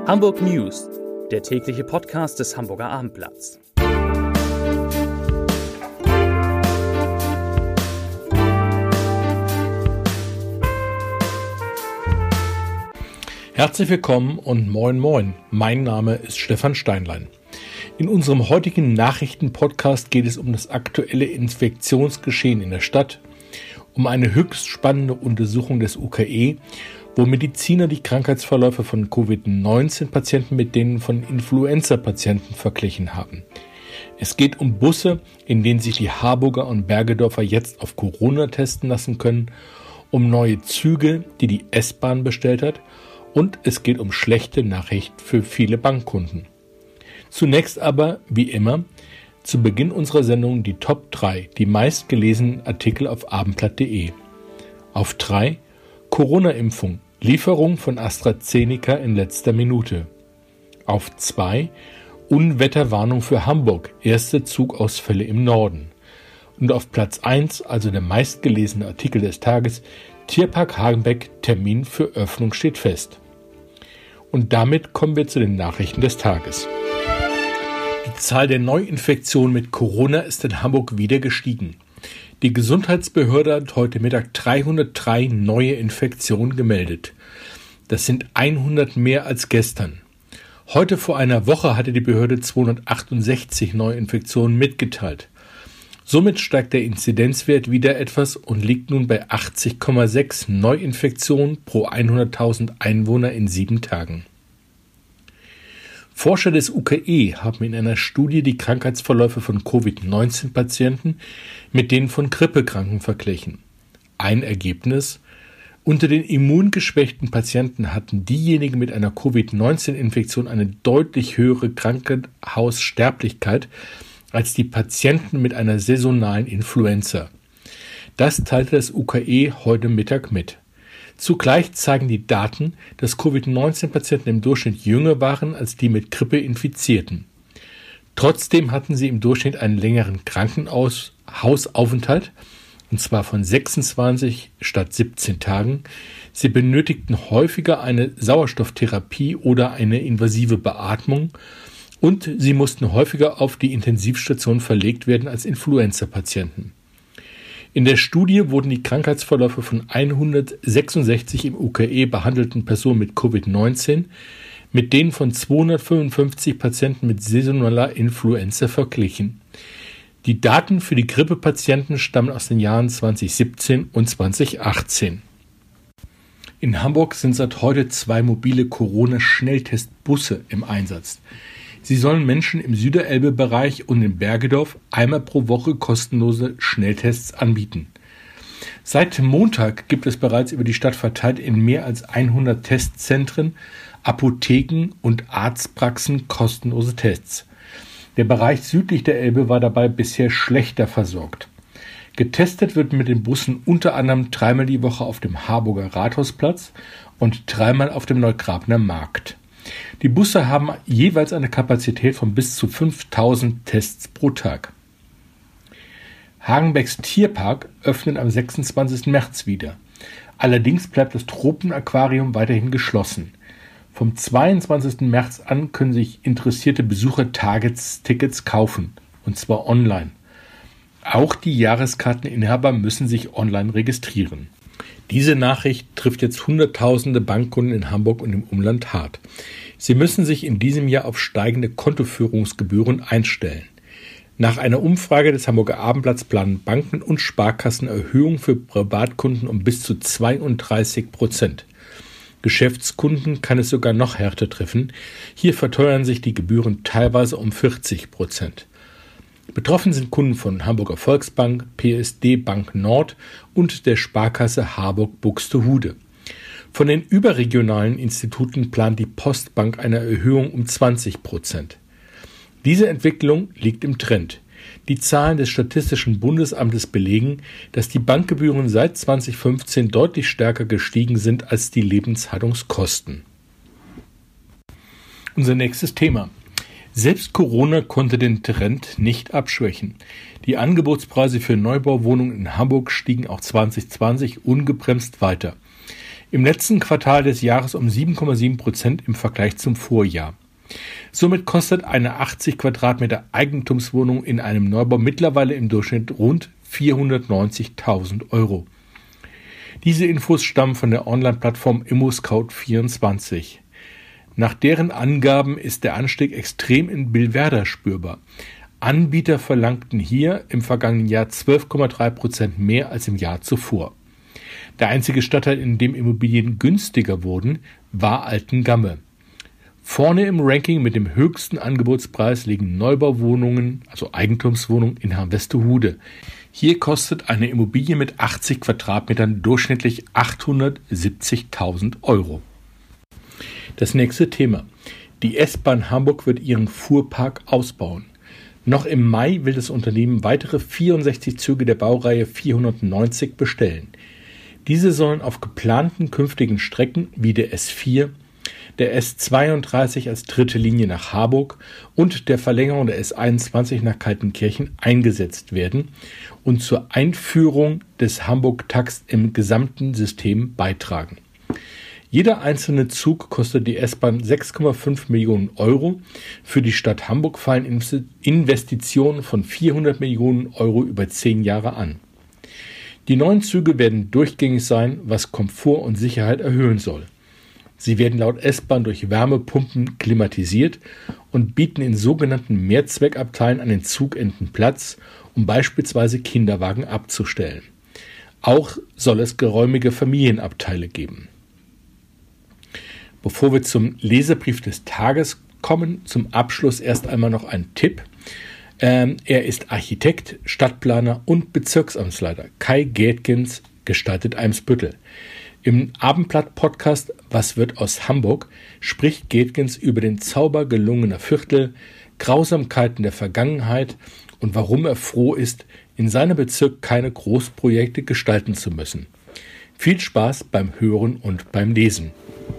Hamburg News, der tägliche Podcast des Hamburger Abendblatts. Herzlich willkommen und moin moin. Mein Name ist Stefan Steinlein. In unserem heutigen Nachrichtenpodcast geht es um das aktuelle Infektionsgeschehen in der Stadt, um eine höchst spannende Untersuchung des UKE, wo Mediziner die Krankheitsverläufe von Covid-19-Patienten mit denen von Influenza-Patienten verglichen haben. Es geht um Busse, in denen sich die Harburger und Bergedorfer jetzt auf Corona testen lassen können, um neue Züge, die die S-Bahn bestellt hat, und es geht um schlechte Nachrichten für viele Bankkunden. Zunächst aber, wie immer, zu Beginn unserer Sendung die Top 3, die meistgelesenen Artikel auf abendblatt.de. Auf 3 Corona-Impfung, Lieferung von AstraZeneca in letzter Minute. Auf 2 Unwetterwarnung für Hamburg, erste Zugausfälle im Norden. Und auf Platz 1, also der meistgelesene Artikel des Tages, Tierpark Hagenbeck, Termin für Öffnung steht fest. Und damit kommen wir zu den Nachrichten des Tages. Die Zahl der Neuinfektionen mit Corona ist in Hamburg wieder gestiegen. Die Gesundheitsbehörde hat heute Mittag 303 neue Infektionen gemeldet. Das sind 100 mehr als gestern. Heute vor einer Woche hatte die Behörde 268 Neuinfektionen mitgeteilt. Somit steigt der Inzidenzwert wieder etwas und liegt nun bei 80,6 Neuinfektionen pro 100.000 Einwohner in 7 Tagen. Forscher des UKE haben in einer Studie die Krankheitsverläufe von Covid-19-Patienten mit denen von Grippekranken verglichen. Ein Ergebnis: Unter den immungeschwächten Patienten hatten diejenigen mit einer Covid-19-Infektion eine deutlich höhere Krankenhaussterblichkeit als die Patienten mit einer saisonalen Influenza. Das teilte das UKE heute Mittag mit. Zugleich zeigen die Daten, dass Covid-19-Patienten im Durchschnitt jünger waren als die mit Grippe Infizierten. Trotzdem hatten sie im Durchschnitt einen längeren Krankenhausaufenthalt, und zwar von 26 statt 17 Tagen. Sie benötigten häufiger eine Sauerstofftherapie oder eine invasive Beatmung und sie mussten häufiger auf die Intensivstation verlegt werden als Influenza-Patienten. In der Studie wurden die Krankheitsverläufe von 166 im UKE behandelten Personen mit Covid-19 mit denen von 255 Patienten mit saisonaler Influenza verglichen. Die Daten für die Grippepatienten stammen aus den Jahren 2017 und 2018. In Hamburg sind seit heute 2 mobile Corona-Schnelltestbusse im Einsatz. Sie sollen Menschen im Süderelbe-Bereich und in Bergedorf einmal pro Woche kostenlose Schnelltests anbieten. Seit Montag gibt es bereits über die Stadt verteilt in mehr als 100 Testzentren, Apotheken und Arztpraxen kostenlose Tests. Der Bereich südlich der Elbe war dabei bisher schlechter versorgt. Getestet wird mit den Bussen unter anderem 3-mal die Woche auf dem Harburger Rathausplatz und 3-mal auf dem Neugrabner Markt. Die Busse haben jeweils eine Kapazität von bis zu 5000 Tests pro Tag. Hagenbecks Tierpark öffnet am 26. März wieder. Allerdings bleibt das Tropenaquarium weiterhin geschlossen. Vom 22. März an können sich interessierte Besucher Tagestickets kaufen, und zwar online. Auch die Jahreskarteninhaber müssen sich online registrieren. Diese Nachricht trifft jetzt Hunderttausende Bankkunden in Hamburg und im Umland hart. Sie müssen sich in diesem Jahr auf steigende Kontoführungsgebühren einstellen. Nach einer Umfrage des Hamburger Abendblatts planen Banken und Sparkassen Erhöhungen für Privatkunden um bis zu 32%. Geschäftskunden kann es sogar noch härter treffen. Hier verteuern sich die Gebühren teilweise um 40%. Betroffen sind Kunden von Hamburger Volksbank, PSD Bank Nord und der Sparkasse Harburg-Buxtehude. Von den überregionalen Instituten plant die Postbank eine Erhöhung um 20%. Diese Entwicklung liegt im Trend. Die Zahlen des Statistischen Bundesamtes belegen, dass die Bankgebühren seit 2015 deutlich stärker gestiegen sind als die Lebenshaltungskosten. Unser nächstes Thema. Selbst Corona konnte den Trend nicht abschwächen. Die Angebotspreise für Neubauwohnungen in Hamburg stiegen auch 2020 ungebremst weiter. im letzten Quartal des Jahres um 7,7% im Vergleich zum Vorjahr. Somit kostet eine 80 Quadratmeter Eigentumswohnung in einem Neubau mittlerweile im Durchschnitt rund 490.000 Euro. Diese Infos stammen von der Online-Plattform ImmoScout24. Nach deren Angaben ist der Anstieg extrem in Billwerder spürbar. Anbieter verlangten hier im vergangenen Jahr 12,3% mehr als im Jahr zuvor. Der einzige Stadtteil, in dem Immobilien günstiger wurden, war Altengamme. Vorne im Ranking mit dem höchsten Angebotspreis liegen Neubauwohnungen, also Eigentumswohnungen in Harvestehude. Hier kostet eine Immobilie mit 80 Quadratmetern durchschnittlich 870.000 Euro. Das nächste Thema. Die S-Bahn Hamburg wird ihren Fuhrpark ausbauen. Noch im Mai will das Unternehmen weitere 64 Züge der Baureihe 490 bestellen. Diese sollen auf geplanten künftigen Strecken wie der S4, der S32 als dritte Linie nach Harburg und der Verlängerung der S21 nach Kaltenkirchen eingesetzt werden und zur Einführung des Hamburg-Takts im gesamten System beitragen. Jeder einzelne Zug kostet die S-Bahn 6,5 Millionen Euro. Für die Stadt Hamburg fallen Investitionen von 400 Millionen Euro über 10 Jahre an. Die neuen Züge werden durchgängig sein, was Komfort und Sicherheit erhöhen soll. Sie werden laut S-Bahn durch Wärmepumpen klimatisiert und bieten in sogenannten Mehrzweckabteilen an den Zugenden Platz, um beispielsweise Kinderwagen abzustellen. Auch soll es geräumige Familienabteile geben. Bevor wir zum Leserbrief des Tages kommen, zum Abschluss erst einmal noch ein Tipp. Er ist Architekt, Stadtplaner und Bezirksamtsleiter. Kai Gädgens gestaltet Eimsbüttel. Im Abendblatt-Podcast Was wird aus Hamburg spricht Gädgens über den Zauber gelungener Viertel, Grausamkeiten der Vergangenheit und warum er froh ist, in seinem Bezirk keine Großprojekte gestalten zu müssen. Viel Spaß beim Hören und beim Lesen.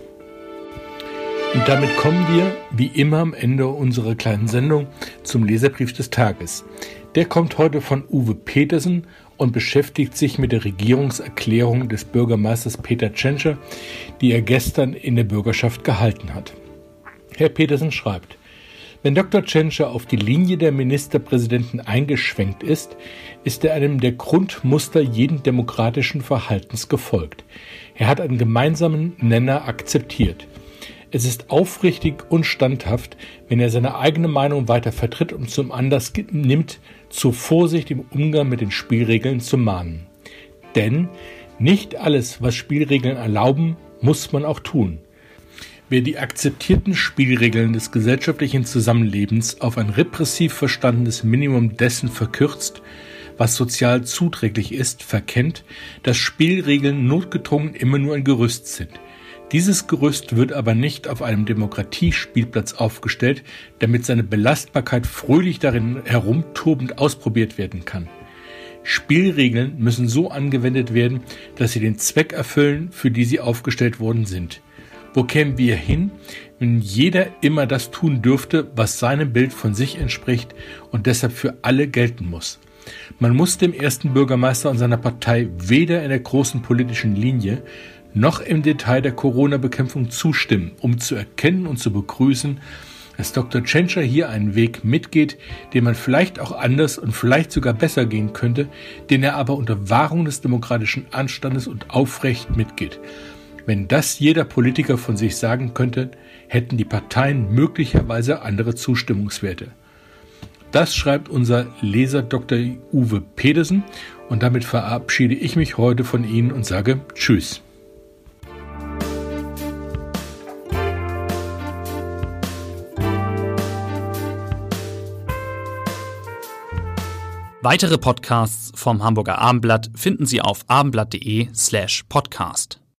Und damit kommen wir, wie immer am Ende unserer kleinen Sendung, zum Leserbrief des Tages. Der kommt heute von Uwe Petersen und beschäftigt sich mit der Regierungserklärung des Bürgermeisters Peter Tschentscher, die er gestern in der Bürgerschaft gehalten hat. Herr Petersen schreibt: Wenn Dr. Tschentscher auf die Linie der Ministerpräsidenten eingeschwenkt ist, ist er einem der Grundmuster jeden demokratischen Verhaltens gefolgt. Er hat einen gemeinsamen Nenner akzeptiert. Es ist aufrichtig und standhaft, wenn er seine eigene Meinung weiter vertritt und zum Anlass nimmt, zur Vorsicht im Umgang mit den Spielregeln zu mahnen. Denn nicht alles, was Spielregeln erlauben, muss man auch tun. Wer die akzeptierten Spielregeln des gesellschaftlichen Zusammenlebens auf ein repressiv verstandenes Minimum dessen verkürzt, was sozial zuträglich ist, verkennt, dass Spielregeln notgedrungen immer nur ein Gerüst sind. Dieses Gerüst wird aber nicht auf einem Demokratiespielplatz aufgestellt, damit seine Belastbarkeit fröhlich darin herumtobend ausprobiert werden kann. Spielregeln müssen so angewendet werden, dass sie den Zweck erfüllen, für die sie aufgestellt worden sind. Wo kämen wir hin, wenn jeder immer das tun dürfte, was seinem Bild von sich entspricht und deshalb für alle gelten muss? Man muss dem ersten Bürgermeister und seiner Partei weder in der großen politischen Linie noch im Detail der Corona-Bekämpfung zustimmen, um zu erkennen und zu begrüßen, dass Dr. Tschentscher hier einen Weg mitgeht, den man vielleicht auch anders und vielleicht sogar besser gehen könnte, den er aber unter Wahrung des demokratischen Anstandes und aufrecht mitgeht. Wenn das jeder Politiker von sich sagen könnte, hätten die Parteien möglicherweise andere Zustimmungswerte. Das schreibt unser Leser Dr. Uwe Petersen und damit verabschiede ich mich heute von Ihnen und sage Tschüss. Weitere Podcasts vom Hamburger Abendblatt finden Sie auf abendblatt.de/podcast.